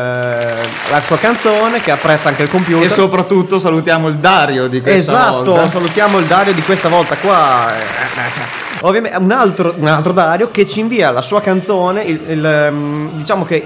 la sua canzone, che apprezza anche il computer. E soprattutto salutiamo il Dario di questa Esatto, volta. salutiamo il Dario di questa volta qua. Eh, eh, cioè, ovviamente un altro, un altro Dario che ci invia la sua canzone. Il, il, ehm, diciamo che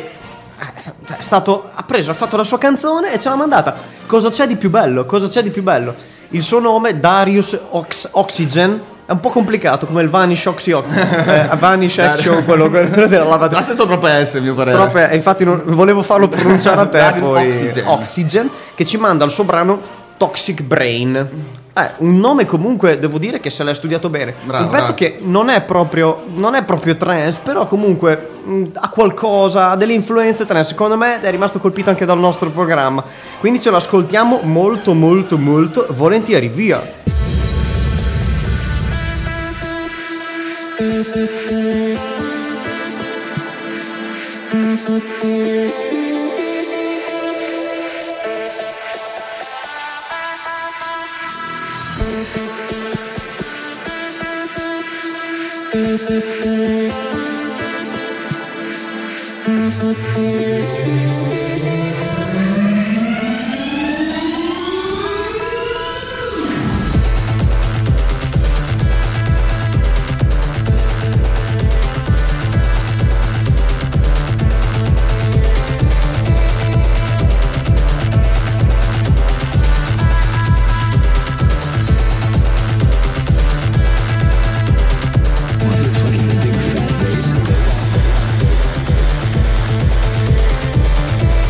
è stato, ha preso, ha fatto la sua canzone e ce l'ha mandata. Cosa c'è di più bello? Cosa c'è di più bello? Il suo nome, Darius Ox- Oxygen, è un po' complicato come il Vanish Oxy Oxygen. eh, Vanish Action, quello, quello della lavatrice. Ma senza troppe S, a mio parere. Troppe, e infatti non- volevo farlo pronunciare a te. Darius Poi Oxygen. Oxygen, che ci manda il suo brano Toxic Brain. Eh, un nome comunque devo dire che se l'hai studiato bene. Bravo, un pezzo bravo. che non è proprio non è proprio trance, però comunque mh, ha qualcosa, ha delle influenze trance. Secondo me è rimasto colpito anche dal nostro programma. Quindi ce lo ascoltiamo molto molto molto volentieri, via. Motherfucking big fat bass.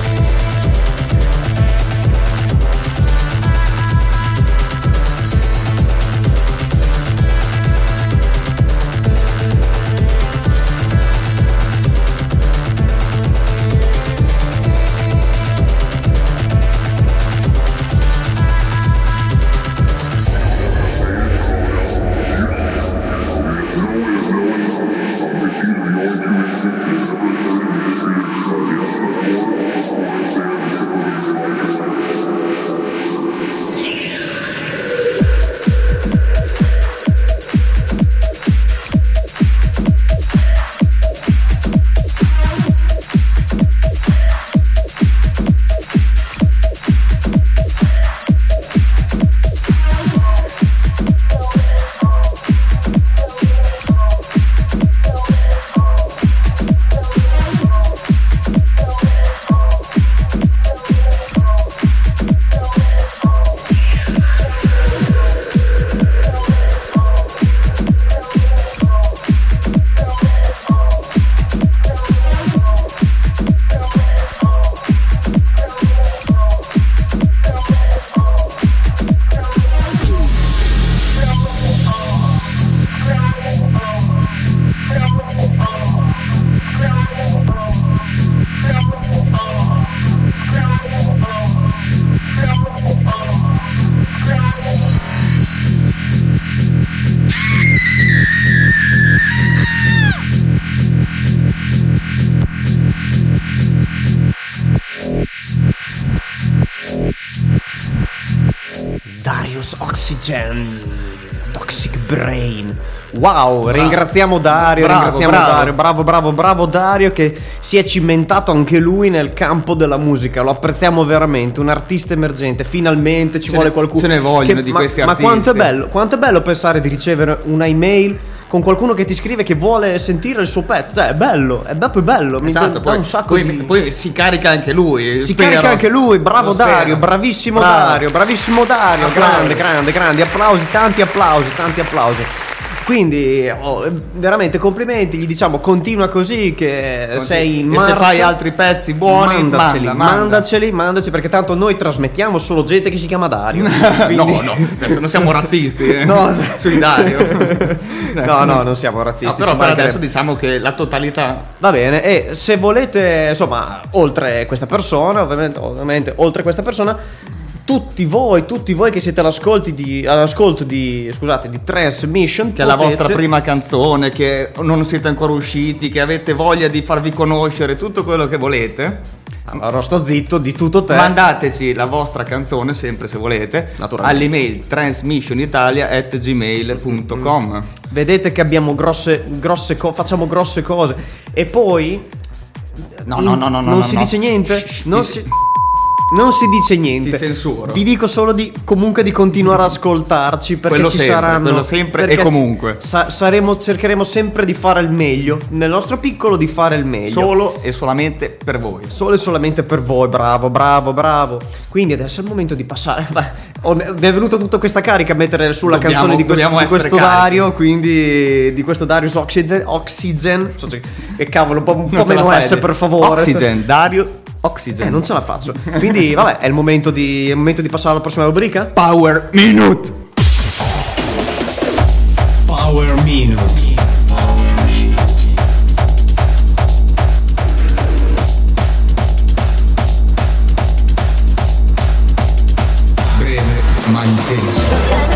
Oxygen, Toxic Brain. Wow, ringraziamo Dario, Bravo, ringraziamo bravo. Dario, bravo, bravo, bravo Dario, che si è cimentato anche lui nel campo della musica. Lo apprezziamo veramente, un artista emergente. Finalmente ci Ce vuole ne- qualcuno. ce ne vogliono di ma, questi ma artisti. quanto è bello, quanto è bello pensare di ricevere una email con qualcuno che ti scrive che vuole sentire il suo pezzo. Cioè, è bello, è proprio bello. Mi Esatto, dà poi, un sacco poi, di. poi si carica anche lui. Si spero. carica anche lui, bravo Lo spero. Dario, bravissimo Bravo. Dario, bravissimo Dario, Applausi. grande, grande, grandi applausi, tanti applausi, tanti applausi. Quindi oh, veramente complimenti, gli diciamo continua così che Conti- sei in e marcia. se fai altri pezzi buoni, mandaceli, manda, manda. mandaceli, mandaceli, perché tanto noi trasmettiamo solo gente che si chiama Dario. No, Quindi- no, adesso non siamo razzisti, eh. No. Sui Dario. No, no, non siamo razzisti. No, però ci per mancherebbe. adesso diciamo che la totalità. Va bene, e se volete, insomma, oltre questa persona, ovviamente, ovviamente oltre questa persona, tutti voi, tutti voi che siete all'ascolto di, all'ascolto di, scusate, di Transmission, Che è la potete- vostra prima canzone, che non siete ancora usciti, che avete voglia di farvi conoscere, tutto quello che volete. Allora sto zitto, di tutto te. Mandateci la vostra canzone, sempre se volete, Naturalmente. all'email transmissionitalia at gmail punto com. Vedete che abbiamo grosse, grosse cose, facciamo grosse cose. E poi No, no, no, no, no, non no, si no. dice niente. Shh, non ti- si Non si dice niente. Ti censuro. Vi dico solo di comunque di continuare ad ascoltarci, perché Quello ci sempre, saranno quello sempre e perché comunque. sa- saremo, cercheremo sempre di fare il meglio. Nel nostro piccolo di fare il meglio. Solo e solamente per voi. Solo e solamente per voi, bravo, bravo, bravo. Quindi adesso è il momento di passare. Beh, ho- mi è venuta tutta questa carica a mettere sulla Dobbiamo- canzone di questo, dobbiamo di questo essere carichi. Dario. Quindi di questo Darius Oxygen. Oxygen. So se- Che cavolo, un po', un po' Non se la meno fai S dire. per favore. Oxygen, Dario Oxygen. Eh, non ce la faccio. Quindi, vabbè, è il momento di, è il momento di passare alla prossima rubrica. Power Minute. Power Minute. Breve ma intenso.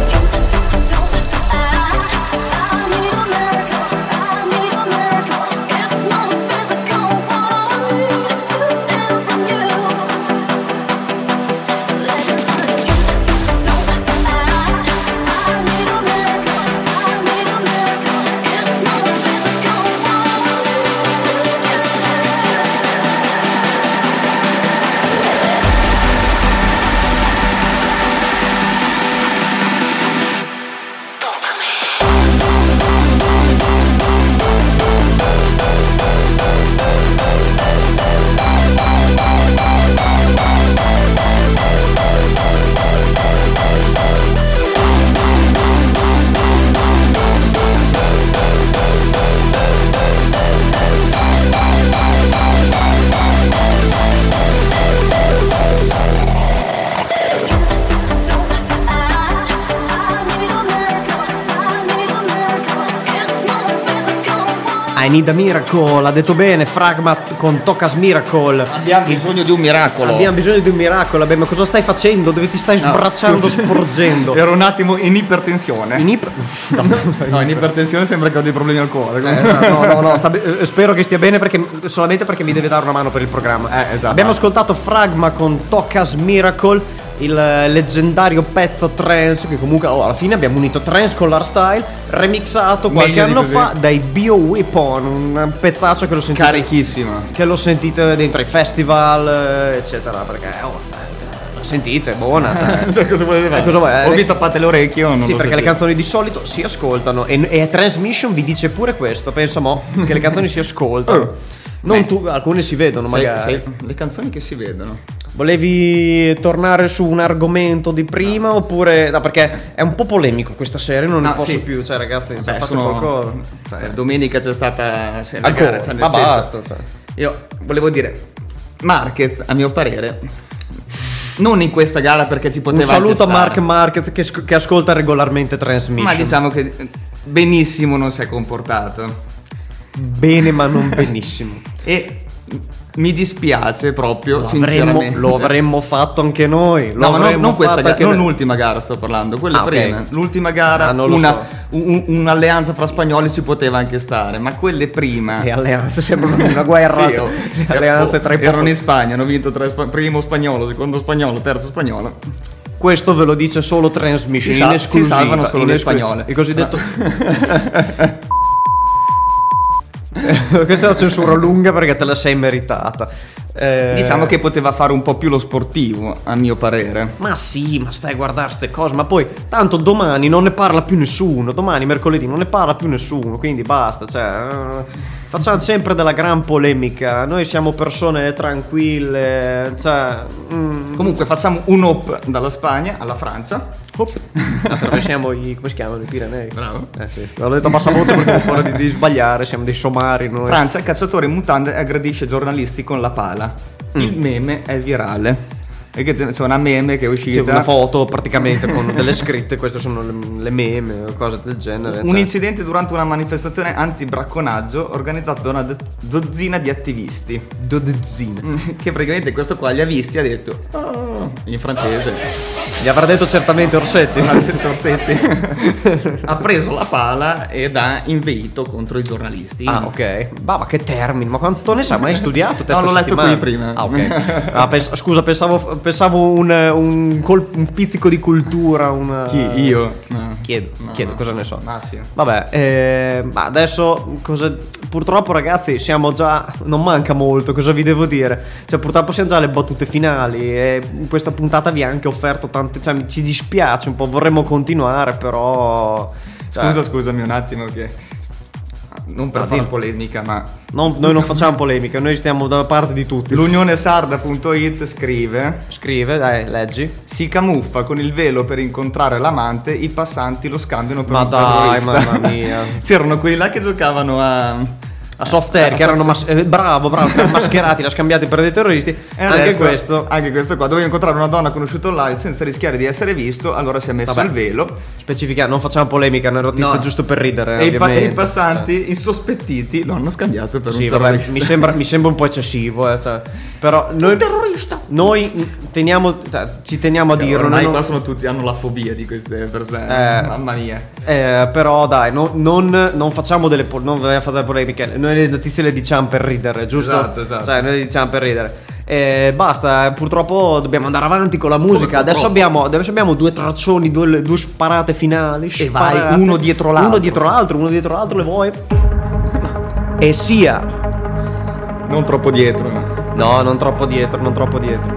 I Need a Miracle, ha detto bene Fragma con Tocas Miracle. Abbiamo bisogno di un miracolo. Abbiamo bisogno di un miracolo. Abbiamo, cosa stai facendo? Dove ti stai No, sbracciando, scusi. sporgendo? Ero un attimo in ipertensione. In ip- no, No, in ipertensione sembra che ho dei problemi al cuore. Eh, no, no, no, sta be- eh, spero che stia bene, perché solamente perché mi deve dare una mano per il programma. Eh, esatto. Abbiamo ascoltato Fragma con Tocas Miracle, il eh, leggendario pezzo trance, che comunque oh, alla fine abbiamo unito trance con l'hardstyle, remixato qualche Meglio di anno così. fa dai Bioweapon, un pezzaccio che lo sentite, Carichissima. che lo sentite dentro i festival, eh, eccetera, perché oh, eh, lo sentite, è buona. Cioè. Cioè, cosa volete fare? Eh, cosa vuoi? Eh, O vi le- tappate le orecchie o non Sì, lo perché le sentite? canzoni di solito si ascoltano e, e Transmission vi dice pure questo, pensa mo, che le canzoni si ascoltano. Non Beh. tu, alcune si vedono Sai- magari. sai, le canzoni che si vedono. Volevi tornare su un argomento di prima oppure no, perché è un po' polemico questa serie, non ne No, posso sì. più, cioè ragazzi, Beh, fate sono, qualcosa. cioè, domenica c'è stata se la Ancora, gara, cioè, nel ma senso, basta, cioè. Io volevo dire, Marquez, a mio parere, non in questa gara perché ci Un poteva saluto a anche Mark stare, Market che, sc- che ascolta regolarmente Transmission. ma diciamo che benissimo non si è comportato. Bene ma non benissimo. E mi dispiace proprio, Lo avremmo, sinceramente. lo avremmo fatto anche noi. Lo No, ma non, avremmo non questa fatto gara, anche non noi. l'ultima gara sto parlando, quella Ah, ok. prima. L'ultima gara, Ah, non lo una, so. un- un'alleanza fra spagnoli ci poteva anche stare, ma quelle prima. Le alleanze sembrano una guerra. Sì, oh, le alleanze oh, tra i erano popoli. in Spagna, hanno vinto tre spa- primo spagnolo, secondo spagnolo, terzo spagnolo. questo ve lo dice solo Transmission Si in sa- si esclusiva. salvano solo in le esclu- spagnole. Il cosiddetto questa è la censura lunga perché te la sei meritata. Eh, Diciamo che poteva fare un po' più lo sportivo, a mio parere. Ma sì, ma stai a guardare ste cose. Ma poi, tanto domani non ne parla più nessuno. Domani, mercoledì, non ne parla più nessuno. Quindi basta, cioè eh, facciamo sempre della gran polemica. Noi siamo persone tranquille. Cioè mm, Comunque facciamo un hop dalla Spagna alla Francia. hop, attraversiamo i, come si chiamano, i Pirenei. Bravo. Eh sì, l'ho detto a bassa voce perché ho paura di, di sbagliare. Siamo dei somari noi. Francia, cacciatore in mutande aggredisce giornalisti con la pala. Il meme è virale. E che c'è una meme che è Sì, uscita. una foto praticamente con delle scritte. Queste sono le, le meme o cose del genere. Un cioè. incidente durante una manifestazione anti-bracconaggio organizzata da una do- dozzina di attivisti. Dodezzina. Che praticamente questo qua li ha visti e ha detto "Oh", in francese. Gli avrà detto certamente Orsetti. Non ha detto Orsetti. Ha preso la pala ed ha inveito contro i giornalisti. Ah, ok. Ma, ma che termine, ma quanto ne sai? Ma hai studiato? No, l'ho letto qui prima. Ah, ok. Ah, pens- scusa, pensavo, pensavo un, un, col- un pizzico di cultura. Una... Chi? Io? No. Chiedo, No, chiedo, no. cosa ne so. Ma sì. Vabbè, eh, ma adesso cosa... purtroppo ragazzi siamo già, non manca molto, cosa vi devo dire? Cioè purtroppo siamo già alle battute finali e questa puntata vi ha anche offerto tante, cioè ci dispiace un po', vorremmo continuare però... cioè, Scusa, scusami un attimo che non per Ah, fare dimmi. polemica, ma non- noi non facciamo polemica, noi stiamo dalla parte di tutti. l'unionesarda punto it scrive: Scrive, dai, leggi. si camuffa con il velo per incontrare l'amante, i passanti lo scambiano per Ma un dai, terrorista. mamma mia. C'erano quelli là che giocavano a A soft air, A che erano soft- mas- eh, bravo, bravo, che erano mascherati, la scambiati per dei terroristi. E Anche adesso- questo. anche questo qua, dovevo incontrare una donna conosciuta online senza rischiare di essere visto, allora si è messo Vabbè. il velo. Specifica, non facciamo polemica, è una notizia No. giusto per ridere. E i, pa- e ovviamente. i passanti, i sospettiti, lo hanno scambiato per Sì, un vabbè, terrorista. mi sembra, mi sembra un po' eccessivo, eh, cioè, però noi, terrorista! noi teniamo, cioè, ci teniamo a Cioè, dirlo. ormai non- qua sono tutti, hanno la fobia di queste persone. Eh. Mamma mia. eh, però dai, no- non, non facciamo delle po- non vogliamo fare delle polemiche. Noi le notizie le diciamo per ridere, giusto? Esatto, esatto. Cioè, noi le diciamo per ridere. E basta, purtroppo dobbiamo andare avanti con la musica. Adesso purtroppo? abbiamo, adesso abbiamo due traccioni, due, due sparate finali. E vai sparate. uno dietro l'altro. Uno dietro l'altro, uno dietro l'altro, le vuoi? E sia. Non troppo dietro. ma- No, non troppo dietro, non troppo dietro.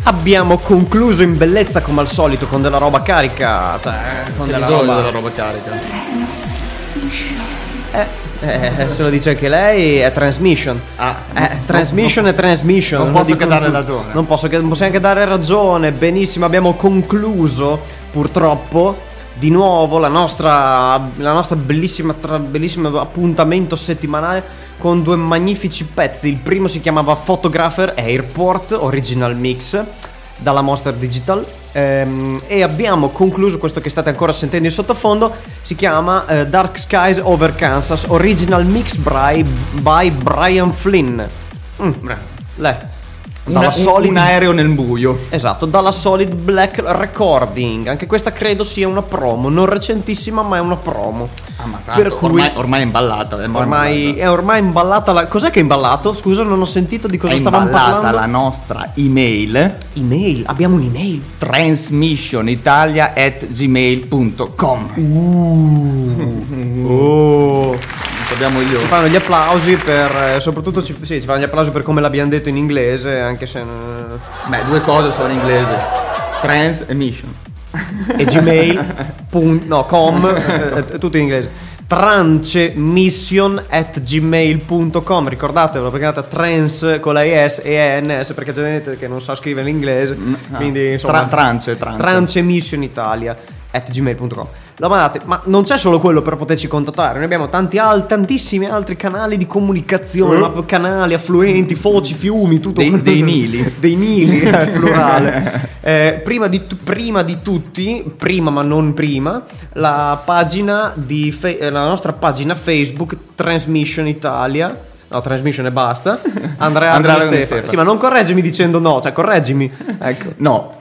Abbiamo concluso in bellezza come al solito con della roba carica, cioè con C'è della bisogno roba. della roba carica. Eh, se lo dice anche lei, è transmission. Ah, Eh, no, transmission non è transmission. non lo posso dicono che dare tutti. ragione. Non posso che non possiamo anche dare ragione. Benissimo, abbiamo concluso purtroppo di nuovo la nostra la nostra bellissima tra, bellissimo appuntamento settimanale con due magnifici pezzi. Il primo si chiamava Photographer Airport Original Mix dalla Monster Digital. Ehm, e abbiamo concluso questo che state ancora sentendo in sottofondo, si chiama eh, Dark Skies Over Kansas Original Mix by, by Brian Flynn. Mm, le. Dalla Una- un, Solid un aereo nel buio. Esatto, dalla Solid Black Recording. Anche questa credo sia una promo, non recentissima, ma è una promo. Ah, ma tanto, Per cui ormai, ormai è imballata. È ormai imballata. è ormai imballata la... Cos'è che è imballato? Scusa, non ho sentito di cosa È stavamo imballata parlando. la nostra email Email, abbiamo un'email. transmissionitalia at gmail punto com. Oh. Abbiamo io. Ci fanno gli applausi per eh, soprattutto ci, sì, ci fanno gli applausi per come l'abbiamo detto in inglese, anche se non- Beh, due cose sono in inglese. Transmission. e gmail pun- no com eh, eh, tutto in inglese. Trancemission at gmail punto com, ricordatevelo perché è andata trans con la es e ens perché c'è gente che non sa scrivere l'inglese, quindi insomma Tra- trance, trance. Trancemission Italia at gmail punto com. La mandate, ma non c'è solo quello per poterci contattare, noi abbiamo tanti al- tantissimi altri canali di comunicazione, ma canali, affluenti, foci, fiumi, tutto Dei- quello- dei nili. dei nili, è plurale. Eh, prima, di tu- prima di tutti, prima ma non prima, la pagina di fe- eh, la nostra pagina Facebook Transmission Italia. No, Transmission e basta. Andrea Andrea Arden e Arden e Stefano. Stefano. Sì, ma non correggimi dicendo no, cioè correggimi. Ecco. No.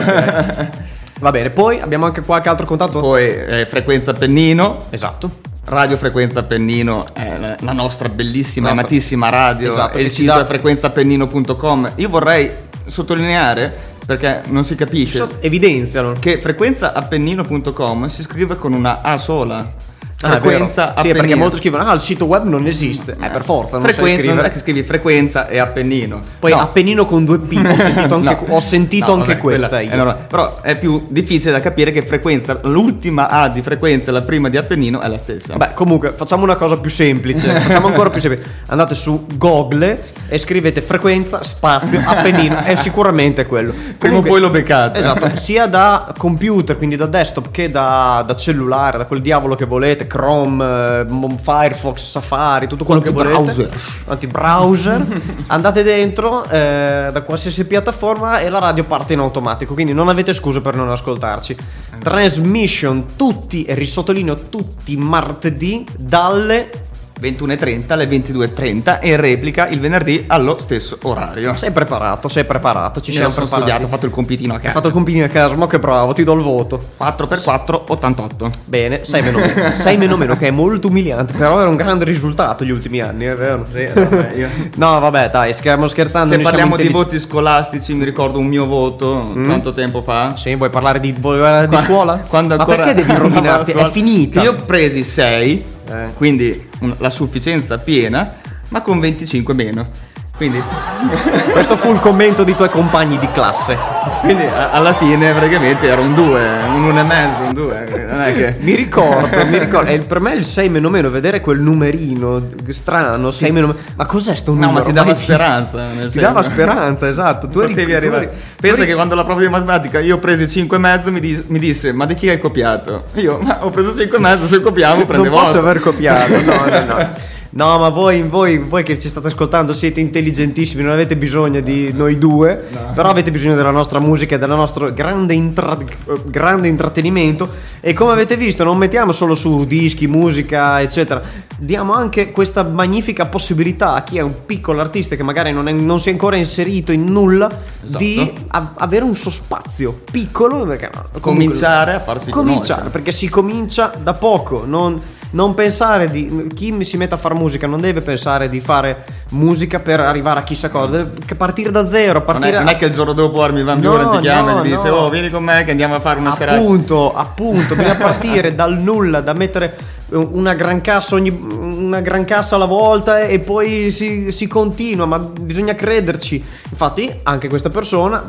Va bene, poi abbiamo anche qualche altro contatto. Poi eh, Frequenza Appennino. Esatto. Radio Frequenza Appennino è la- la nostra bellissima, Nostra- amatissima radio. Esatto, E il che ci sito dà- è frequenza appennino punto com. Io vorrei sottolineare, perché non si capisce, So- evidenziano. che frequenza appennino punto com si scrive con una A sola. Ah, è vero. Frequenza Sì, perché Appennino. molti scrivono: ah, il sito web non esiste. Eh, per forza, non sai Frequen- non scrivere. è che scrivi frequenza e Appennino. Poi No. Appennino con due P, ho sentito anche, No. ho sentito No, anche vabbè, questa quella io. è normale. Però è più difficile da capire che frequenza, l'ultima A di frequenza e la prima di Appennino è la stessa. Beh, comunque, facciamo una cosa più semplice. Facciamo ancora più semplice. Andate su Google e scrivete frequenza spazio Appennino. È sicuramente quello. Prima o Comunque- poi lo beccate. Esatto, sia da computer, quindi da desktop, che da, da cellulare, da quel diavolo che volete, Chrome, eh, Firefox, Safari, tutto quello che volete. Antibrowser. Antibrowser. Andate dentro eh, da qualsiasi piattaforma e la radio parte in automatico, quindi non avete scuse per non ascoltarci. Transmission tutti, e risottolineo tutti, martedì dalle... ventuno e trenta alle ventidue e trenta e in replica il venerdì allo stesso orario. Sei preparato, sei preparato, ci Io siamo sono preparati. studiato, ho fatto il compitino a Hai casa. fatto il compitino a casa, ma che bravo, ti do il voto. quattro per quattro, ottantotto. Bene, sei meno meno, sei meno meno, che è molto umiliante, però era un grande risultato gli ultimi anni, è vero? Sì, vabbè, io- No, vabbè, dai, stiamo scherzando. Se noi parliamo siamo di intellig- voti scolastici, mi ricordo un mio voto tanto tempo fa. Sì, vuoi parlare di, vuoi parlare di Qua- scuola? Quando Ma ancora perché devi andavo a rovinarti? scuola. È finita. Io ho presi sei, Eh. quindi un- la sufficienza piena, ma con venticinque meno. Quindi, Questo fu il commento dei tuoi compagni di classe. quindi a- alla fine praticamente era un due, un uno e mezzo, un due. Non è che... Mi ricordo, mi ricordo. E per me il sei meno meno, vedere quel numerino strano, sei meno meno. Ma cos'è sto No, numero? ma ti dava Mai visto? speranza, nel Ti senso. dava speranza, esatto. Tu eri, Potevi tu arrivare. eri- Pensa tu eri- che quando la prova di matematica io ho preso cinque e mezzo, mi, dis- mi disse: ma di chi hai copiato? Io, ma ho preso cinque e mezzo, se copiavo non prendevo posso otto. aver copiato, no, no, no. No, ma voi, voi, voi che ci state ascoltando siete intelligentissimi, non avete bisogno di noi due, però avete bisogno della nostra musica e del nostro grande, intra- grande intrattenimento. E come avete visto, non mettiamo solo su dischi, musica, eccetera, diamo anche questa magnifica possibilità a chi è un piccolo artista che magari non, è- non si è ancora inserito in nulla di a- avere un suo spazio piccolo, perché comunque- Cominciare a farsi cominciare, conoscere. perché si comincia da poco. Non, non pensare di. Chi mi si mette a fare musica non deve pensare di fare musica per arrivare a chissà cosa, deve partire da zero. Non è, Partire non è che il giorno dopo Armin Van No, Buren ti chiama no, e ti dice: no. oh, vieni con me che andiamo a fare una serata. Appunto, appunto, bisogna partire dal nulla, da mettere una gran cassa ogni una gran cassa alla volta e poi si, si continua, ma bisogna crederci. Infatti, anche questa persona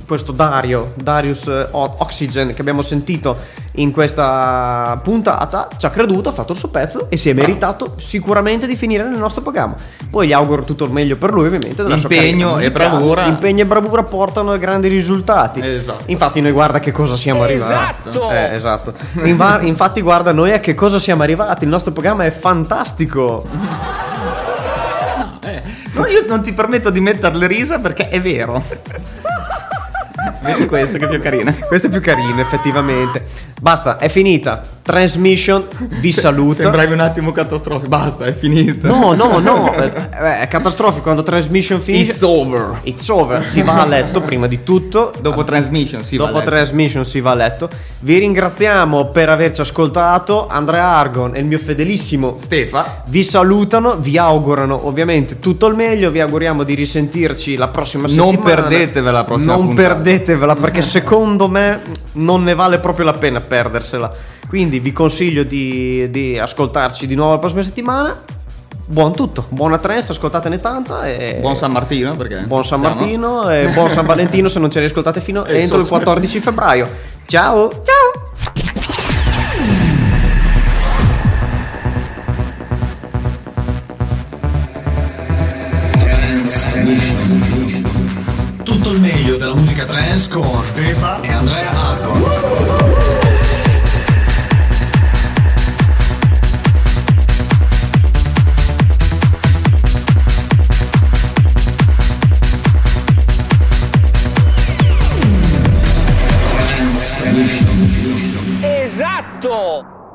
questo Dario, Darius eh, O- Oxygen che abbiamo sentito in questa puntata, ci ha creduto, ha fatto il suo pezzo e si è meritato sicuramente di finire nel nostro programma. Poi gli auguro tutto il meglio per lui, ovviamente. della sua Impegno carriera e musicale. bravura. Impegno e bravura portano a grandi risultati. Esatto. Infatti noi guarda che cosa siamo arrivati. Esatto. Eh, esatto. Inva- infatti guarda noi a che cosa siamo arrivati. Il nostro programma è fantastico. No, io non ti permetto di mettere le risa perché è vero. Vedi questa che è più carina. Questo è più carino, effettivamente. Basta, è finita. Transmission vi saluta. Sembravi un attimo catastrofico. Basta, è finita. No, no, no. Eh, È catastrofico quando Transmission finisce. It's over. It's over. Si va a letto prima di tutto. Dopo Transmission si va Dopo a letto. Transmission si va a letto. Vi ringraziamo per averci ascoltato. Andrea Argon e il mio fedelissimo Stefa. vi salutano, vi augurano ovviamente tutto il meglio, vi auguriamo di risentirci la prossima Non settimana. perdetevela la prossima Non puntata. perdetevela perché secondo me non ne vale proprio la pena perdersela. Quindi vi consiglio di, di ascoltarci di nuovo la prossima settimana. Buon tutto, buona trance, ascoltatene tanta e Buon San Martino perché buon San siamo- Martino e buon San Valentino se non ce ne ascoltate fino E entro il so- quattordici febbraio. Ciao! Ciao! Tutto il meglio della musica trance con Stefa e Andrea Arco. Esatto!